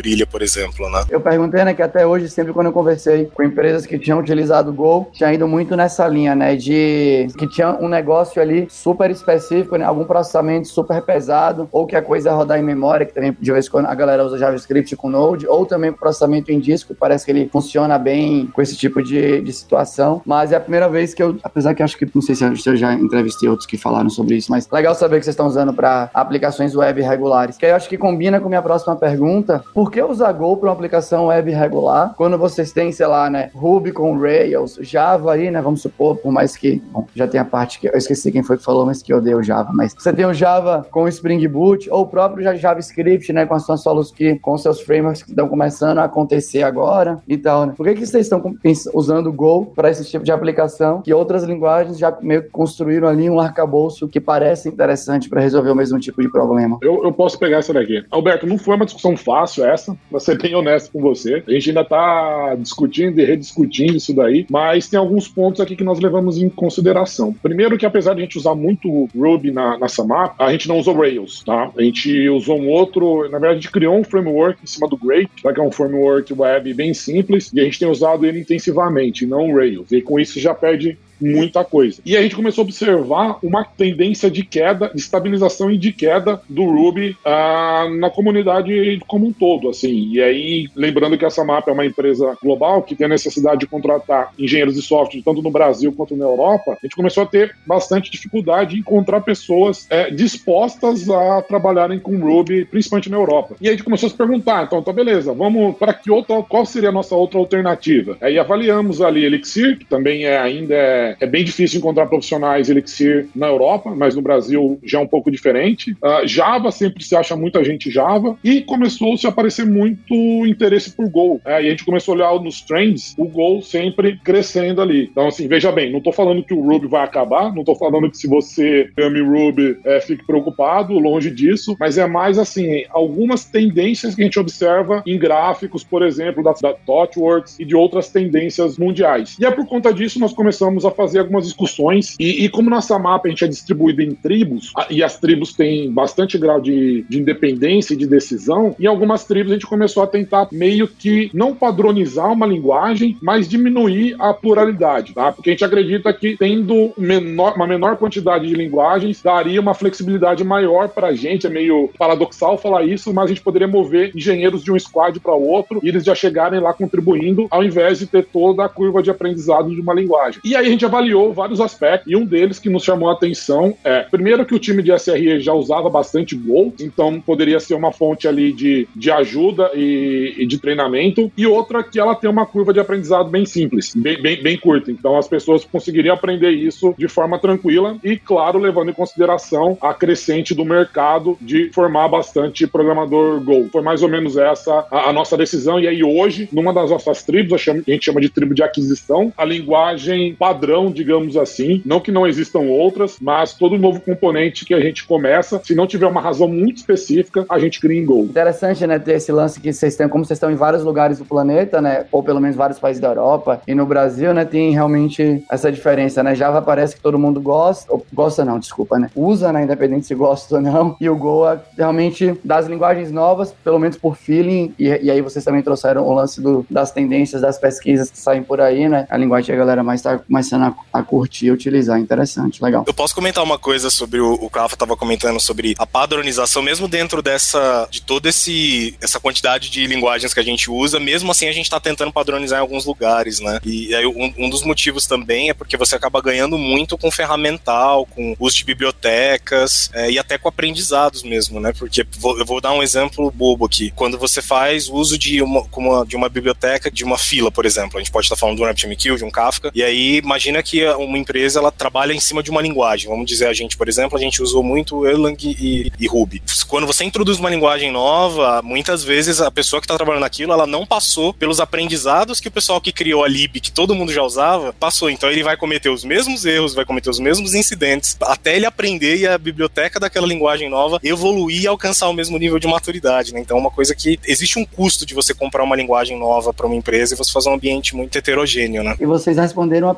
brilha, por exemplo, né? Eu perguntei, né, que até hoje, sempre quando eu conversei com empresas que tinham utilizado o Go, tinha ido muito nessa linha, né, de que tinha um negócio ali super específico, né, algum processamento super pesado, ou que a coisa ia rodar em memória, que também de vez em quando a galera usa JavaScript com Node, ou também processamento em disco, parece que ele funciona bem com esse tipo de, de situação, mas é a primeira vez que eu, apesar que eu acho que, não sei se eu já entrevistei outros que falaram sobre isso, mas legal saber que vocês estão usando para aplicações web regulares, que eu acho que combina com a minha próxima pergunta, por que usar Go para uma aplicação web regular, quando vocês têm, sei lá, né, Ruby com Rails, Java aí, né, vamos supor, por mais que, bom, já tem a parte que, eu esqueci quem foi que falou, mas que eu odeio o Java, mas você tem o Java com Spring Boot, ou o próprio JavaScript, né, com as suas solos que, com seus frameworks que estão começando a acontecer agora e tal, né, por que que vocês estão usando o Go para esse tipo de aplicação, que outras linguagens já meio que construíram ali um arcabouço que parece interessante para resolver o mesmo tipo de problema? Eu, eu posso pegar essa daqui. Alberto, não foi uma discussão fácil essa, pra ser bem honesto com você. A gente ainda tá discutindo e rediscutindo isso daí, mas tem alguns pontos aqui que nós levamos em consideração. Primeiro que apesar de a gente usar muito Ruby na, na Samap, a gente não usou Rails, tá? A gente usou um outro, na verdade a gente criou um framework em cima do Grape, tá? Que é um framework web bem simples, e a gente tem usado ele intensivamente, não o Rails. E com isso já perde muita coisa. E a gente começou a observar uma tendência de queda, de estabilização e de queda do Ruby ah, na comunidade como um todo, assim. E aí, lembrando que a Samap é uma empresa global que tem a necessidade de contratar engenheiros de software tanto no Brasil quanto na Europa, a gente começou a ter bastante dificuldade em encontrar pessoas é, dispostas a trabalharem com Ruby, principalmente na Europa. E aí a gente começou a se perguntar, então, tá beleza, vamos para que outra, qual seria a nossa outra alternativa? Aí avaliamos ali Elixir, que também é, ainda é É bem difícil encontrar profissionais Elixir na Europa, mas no Brasil já é um pouco diferente. Uh, Java, sempre se acha muita gente Java, e começou-se a aparecer muito interesse por Go. É, e a gente começou a olhar nos trends, o Go sempre crescendo ali. Então, assim, veja bem, não estou falando que o Ruby vai acabar, não estou falando que se você ame Ruby, é, fique preocupado, longe disso, mas é mais, assim, algumas tendências que a gente observa em gráficos, por exemplo, da, da ThoughtWorks e de outras tendências mundiais. E é por conta disso nós começamos a fazer algumas discussões, e, e como nossa mapa a gente é distribuído em tribos, e as tribos têm bastante grau de, de independência e de decisão, em algumas tribos a gente começou a tentar meio que não padronizar uma linguagem, mas diminuir a pluralidade, tá? Porque a gente acredita que tendo menor, uma menor quantidade de linguagens daria uma flexibilidade maior para a gente. É meio paradoxal falar isso, mas a gente poderia mover engenheiros de um squad para o outro e eles já chegarem lá contribuindo, ao invés de ter toda a curva de aprendizado de uma linguagem. E aí a gente avaliou vários aspectos, e um deles que nos chamou a atenção é, primeiro, que o time de S R E já usava bastante Go, então poderia ser uma fonte ali de, de ajuda e, e de treinamento, e outra, que ela tem uma curva de aprendizado bem simples, bem, bem, bem curta, então as pessoas conseguiriam aprender isso de forma tranquila e, claro, levando em consideração a crescente do mercado de formar bastante programador Go. Foi mais ou menos essa a, a nossa decisão, e aí hoje, numa das nossas tribos, a gente chama de tribo de aquisição, a linguagem padrão, digamos assim, não que não existam outras, mas todo novo componente que a gente começa, se não tiver uma razão muito específica, a gente cria em Go. Interessante, né, ter esse lance que vocês têm, como vocês estão em vários lugares do planeta, né, ou pelo menos vários países da Europa, e no Brasil, né, tem realmente essa diferença, né, Java parece que todo mundo gosta, ou gosta não, desculpa, né, usa, né, independente se gosta ou não, e o Go é realmente das linguagens novas, pelo menos por feeling, e, e aí vocês também trouxeram o lance do, das tendências, das pesquisas que saem por aí, né, a linguagem que a galera mais tá começando a, a curtir e utilizar. Interessante, legal. Eu posso comentar uma coisa sobre o, o Rafa estava comentando sobre a padronização, mesmo dentro dessa, de toda esse, essa quantidade de linguagens que a gente usa, mesmo assim a gente está tentando padronizar em alguns lugares, né? E aí um, um dos motivos também é porque você acaba ganhando muito com ferramental, com uso de bibliotecas é, e até com aprendizados mesmo, né? Porque vou, eu vou dar um exemplo bobo aqui. Quando você faz uso de uma, uma, de uma biblioteca, de uma fila, por exemplo, a gente pode estar falando de um RabbitMQ, de um Kafka, e aí imagina que uma empresa ela trabalha em cima de uma linguagem. Vamos dizer, a gente, por exemplo, a gente usou muito Erlang e, e Ruby. Quando você introduz uma linguagem nova, muitas vezes a pessoa que está trabalhando naquilo, ela não passou pelos aprendizados que o pessoal que criou a lib, que todo mundo já usava, passou. Então ele vai cometer os mesmos erros, vai cometer os mesmos incidentes, até ele aprender e a biblioteca daquela linguagem nova evoluir e alcançar o mesmo nível de maturidade, né? Então é uma coisa que existe um custo de você comprar uma linguagem nova para uma empresa e você fazer um ambiente muito heterogêneo, né? E vocês responderam uma pergunta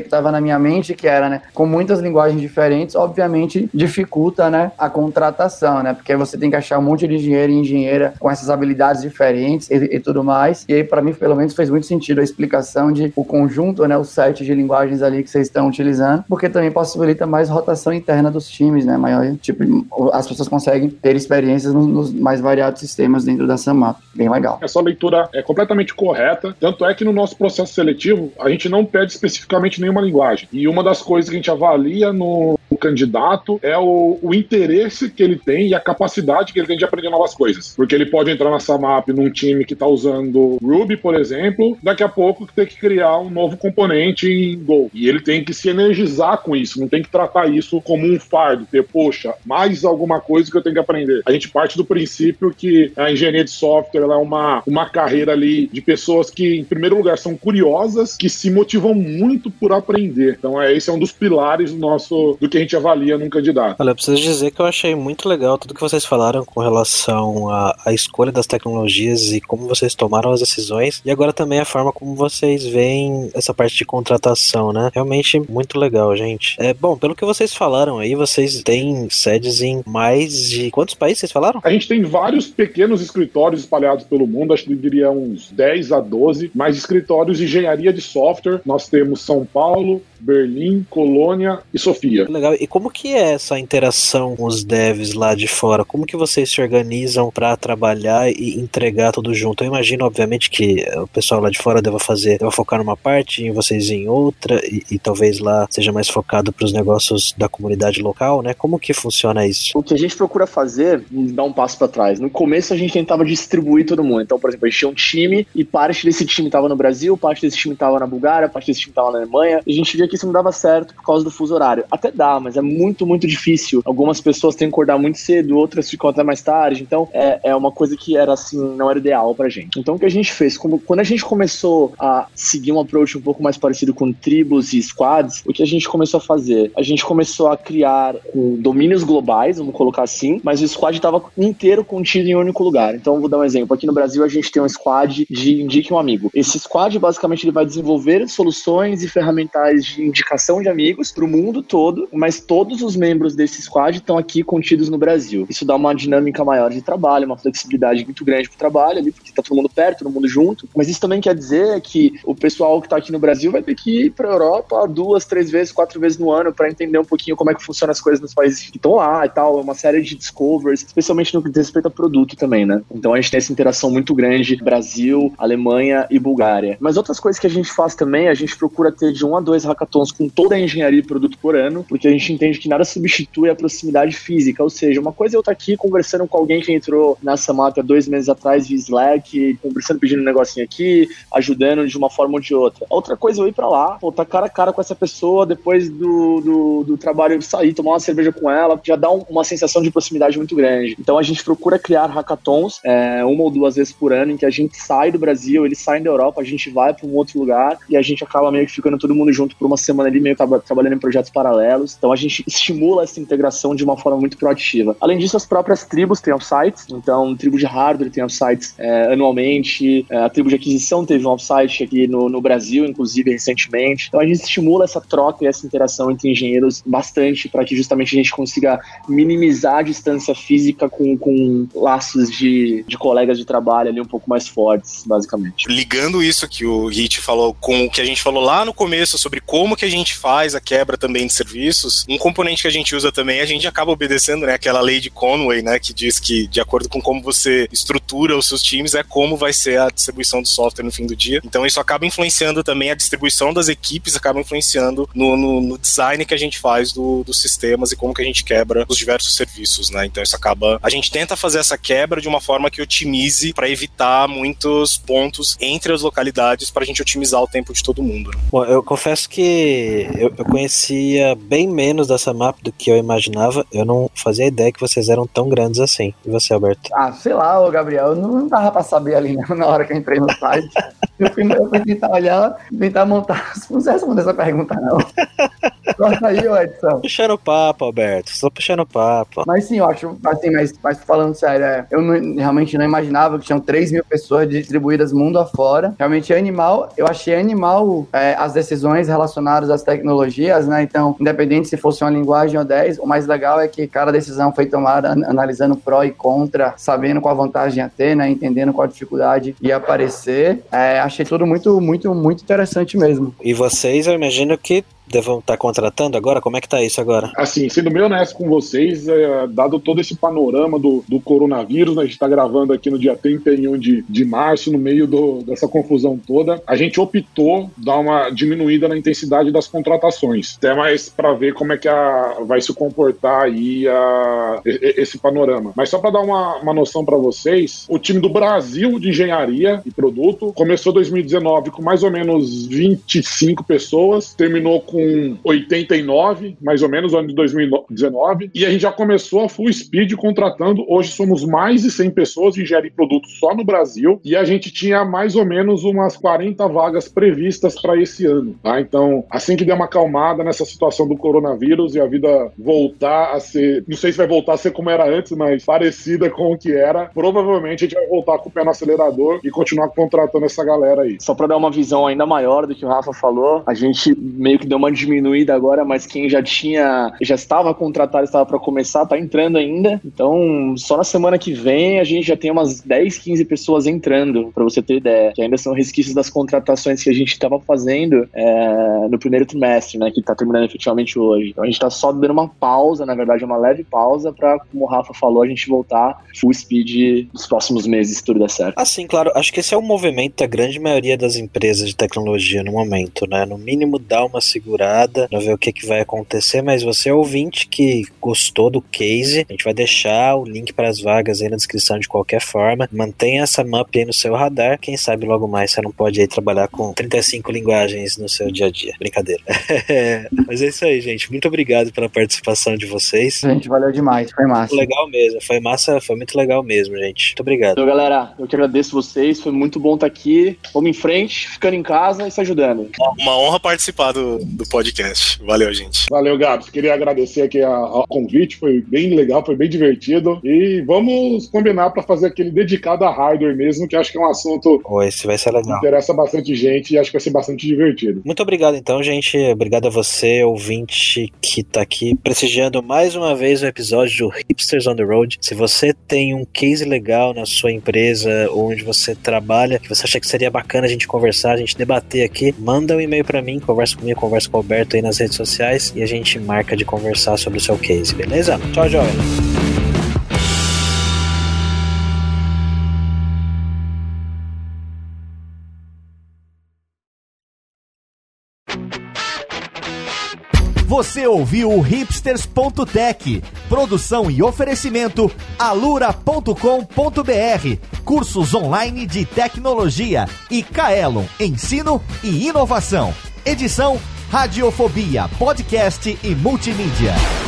que estava na minha mente, que era, né, com muitas linguagens diferentes, obviamente dificulta, né, a contratação, né, porque você tem que achar um monte de engenheiro e engenheira com essas habilidades diferentes e, e tudo mais. E aí, para mim, pelo menos, fez muito sentido a explicação de o conjunto, né, o set de linguagens ali que vocês estão utilizando, porque também possibilita mais rotação interna dos times, né, maior, tipo, as pessoas conseguem ter experiências nos, nos mais variados sistemas dentro da SAMAP. Bem legal. Essa leitura é completamente correta, tanto é que no nosso processo seletivo, a gente não pede especificamente nenhuma linguagem. E uma das coisas que a gente avalia no candidato é o, o interesse que ele tem e a capacidade que ele tem de aprender novas coisas. Porque ele pode entrar na SAMAP num time que está usando Ruby, por exemplo, daqui a pouco ter que criar um novo componente em Go. E ele tem que se energizar com isso, não tem que tratar isso como um fardo, ter, poxa, mais alguma coisa que eu tenho que aprender. A gente parte do princípio que a engenharia de software ela é uma, uma carreira ali de pessoas que, em primeiro lugar, são curiosas, que se motivam muito por aprender. Então, é, esse é um dos pilares do nosso, do que a gente avalia num candidato. Olha, eu preciso dizer que eu achei muito legal tudo que vocês falaram com relação à, à escolha das tecnologias e como vocês tomaram as decisões, e agora também a forma como vocês veem essa parte de contratação, né? Realmente muito legal, gente. É, bom, pelo que vocês falaram aí, vocês têm sedes em mais de... Quantos países vocês falaram? A gente tem vários pequenos escritórios espalhados pelo mundo, acho que eu diria uns dez a doze, mais escritórios de engenharia de software. Nós temos São Paulo, Berlim, Colônia e Sofia. Legal. E como que é essa interação com os devs lá de fora? Como que vocês se organizam para trabalhar e entregar tudo junto? Eu imagino, obviamente, que o pessoal lá de fora deva fazer, deva focar numa parte e vocês em outra, e, e talvez lá seja mais focado para os negócios da comunidade local, né? Como que funciona isso? O que a gente procura fazer, dar um passo para trás. No começo a gente tentava distribuir todo mundo. Então, por exemplo, a gente tinha um time e parte desse time estava no Brasil, parte desse time estava na Bulgária, parte desse time estava na Alemanha. E a gente via que isso não dava certo por causa do fuso horário. Até dá, mas é muito, muito difícil. Algumas pessoas têm que acordar muito cedo, outras ficam até mais tarde. Então, é, é uma coisa que era assim, não era ideal pra gente. Então, o que a gente fez? Como, quando a gente começou a seguir um approach um pouco mais parecido com tribos e squads, o que a gente começou a fazer? A gente começou a criar um, domínios globais, vamos colocar assim, mas o squad estava inteiro contido em um único lugar. Então, vou dar um exemplo. Aqui no Brasil, a gente tem um squad de Indique um Amigo. Esse squad, basicamente, ele vai desenvolver soluções e ferramentais de indicação de amigos para o mundo todo, mas todos os membros desse squad estão aqui contidos no Brasil. Isso dá uma dinâmica maior de trabalho, uma flexibilidade muito grande para o trabalho ali, porque está todo mundo perto, todo mundo junto. Mas isso também quer dizer que o pessoal que está aqui no Brasil vai ter que ir para a Europa duas, três vezes, quatro vezes no ano para entender um pouquinho como é que funcionam as coisas nos países que estão lá e tal. É uma série de discovers, especialmente no que diz respeito a produto também, né? Então a gente tem essa interação muito grande, Brasil, Alemanha e Bulgária. Mas outras coisas que a gente faz também, a gente procura ter de um a dois hackathons com toda a engenharia de produto por ano, porque a gente entende que nada substitui a proximidade física, ou seja, uma coisa é eu estar aqui conversando com alguém que entrou na SAMAP há dois meses atrás via Slack, conversando, pedindo um negocinho aqui, ajudando de uma forma ou de outra. Outra coisa é eu ir pra lá, pô, tá cara a cara com essa pessoa, depois do, do, do trabalho sair, tomar uma cerveja com ela, já dá um, uma sensação de proximidade muito grande. Então a gente procura criar hackathons, é, uma ou duas vezes por ano, em que a gente sai do Brasil, eles saem da Europa, a gente vai pra um outro lugar e a gente acaba meio que ficando todo mundo junto por uma semana ali, meio que trabalhando em projetos paralelos. Então a gente estimula essa integração de uma forma muito proativa. Além disso, as próprias tribos têm offsites, então a tribo de hardware tem offsites é, anualmente, é, a tribo de aquisição teve um offsite aqui no, no Brasil, inclusive recentemente. Então a gente estimula essa troca e essa interação entre engenheiros bastante para que justamente a gente consiga minimizar a distância física com, com laços de, de colegas de trabalho ali um pouco mais fortes, basicamente. Ligando isso que o Hit falou com o que a gente falou lá no começo sobre como que a gente faz a quebra também de serviços, um componente que a gente usa também, a gente acaba obedecendo, né, aquela lei de Conway, né, que diz que de acordo com como você estrutura os seus times, é como vai ser a distribuição do software no fim do dia. Então isso acaba influenciando também a distribuição das equipes, acaba influenciando no, no, no design que a gente faz do, dos sistemas e como que a gente quebra os diversos serviços, né? Então isso acaba... A gente tenta fazer essa quebra de uma forma que otimize para evitar muitos pontos entre as localidades para a gente otimizar o tempo de todo mundo. Bom, eu confesso que eu, eu conhecia bem menos dessa map do que eu imaginava. Eu não fazia ideia que vocês eram tão grandes assim. E você, Alberto? Ah, sei lá, ô Gabriel, eu não dava pra saber ali, né, na hora que eu entrei no site. Eu fui, eu fui tentar olhar, tentar montar. Não sei responder essa pergunta, não. Corta aí, ô Edson. Puxando papo, Alberto. Só puxando papo. Mas sim, eu acho, assim, mas, mas falando sério, é, eu não, realmente não imaginava que tinham três mil pessoas distribuídas mundo afora. Realmente é animal. Eu achei animal é, as decisões questões relacionadas às tecnologias, né? Então, independente se fosse uma linguagem ou dez, o mais legal é que cada decisão foi tomada analisando pró e contra, sabendo qual vantagem ia ter, né? Entendendo qual dificuldade ia aparecer. É, achei tudo muito, muito, muito interessante mesmo. E vocês, eu imagino que devam estar contratando agora? Como é que tá isso agora? Assim, sendo bem honesto com vocês, é, dado todo esse panorama do, do coronavírus, né, a gente tá gravando aqui no dia trinta e um de, de março, no meio do, dessa confusão toda, a gente optou dar uma diminuída na intensidade das contratações, até mais para ver como é que a, vai se comportar aí a, esse panorama. Mas só para dar uma, uma noção para vocês, o time do Brasil de engenharia e produto começou dois mil e dezenove com mais ou menos vinte e cinco pessoas, terminou com com oitenta e nove, mais ou menos, ano de dois mil e dezenove, e a gente já começou a full speed contratando. Hoje somos mais de cem pessoas de engenharia e produto só no Brasil, e a gente tinha mais ou menos umas quarenta vagas previstas para esse ano, tá? Então, assim que der uma acalmada nessa situação do coronavírus e a vida voltar a ser, não sei se vai voltar a ser como era antes, mas parecida com o que era, provavelmente a gente vai voltar com o pé no acelerador e continuar contratando essa galera aí. Só para dar uma visão ainda maior do que o Rafa falou, a gente meio que deu uma diminuída agora, mas quem já tinha, já estava contratado, estava para começar, tá entrando ainda. Então, só na semana que vem a gente já tem umas dez, quinze pessoas entrando, para você ter ideia, que ainda são resquícios das contratações que a gente estava fazendo é, no primeiro trimestre, né, que tá terminando efetivamente hoje. Então a gente tá só dando uma pausa, na verdade uma leve pausa, para, como o Rafa falou, a gente voltar full speed nos próximos meses, se tudo der certo. Assim, claro, acho que esse é o movimento da grande maioria das empresas de tecnologia no momento, né, no mínimo dá uma segurada pra ver o que, que vai acontecer, mas você ouvinte que gostou do case, a gente vai deixar o link para as vagas aí na descrição de qualquer forma. Mantenha essa map aí no seu radar, quem sabe logo mais você não pode aí trabalhar com trinta e cinco linguagens no seu dia a dia. Brincadeira. Mas é isso aí, gente. Muito obrigado pela participação de vocês. Gente, valeu demais, foi massa. Legal mesmo, foi massa, foi muito legal mesmo, gente. Muito obrigado. Então, galera, eu que agradeço vocês, foi muito bom estar aqui. Vamos em frente, ficando em casa e se ajudando. Uma honra participar do, do podcast. Valeu, gente. Valeu, Gabs. Queria agradecer aqui o convite, foi bem legal, foi bem divertido. E vamos combinar para fazer aquele dedicado a hardware mesmo, que acho que é um assunto oh, esse vai ser legal. Que interessa bastante gente e acho que vai ser bastante divertido. Muito obrigado, então, gente. Obrigado a você, ouvinte, que tá aqui prestigiando mais uma vez o episódio do Hipsters on the Road. Se você tem um case legal na sua empresa, onde você trabalha, que você acha que seria bacana a gente conversar, a gente debater aqui, manda um e-mail para mim, conversa comigo, conversa com o Alberto aí nas redes sociais e a gente marca de conversar sobre o seu case, beleza? Tchau, joia! Você ouviu o hipsters ponto tech, produção e oferecimento alura ponto com ponto br, cursos online de tecnologia e Kaelon, ensino e inovação. Edição Radiofobia, podcast e multimídia.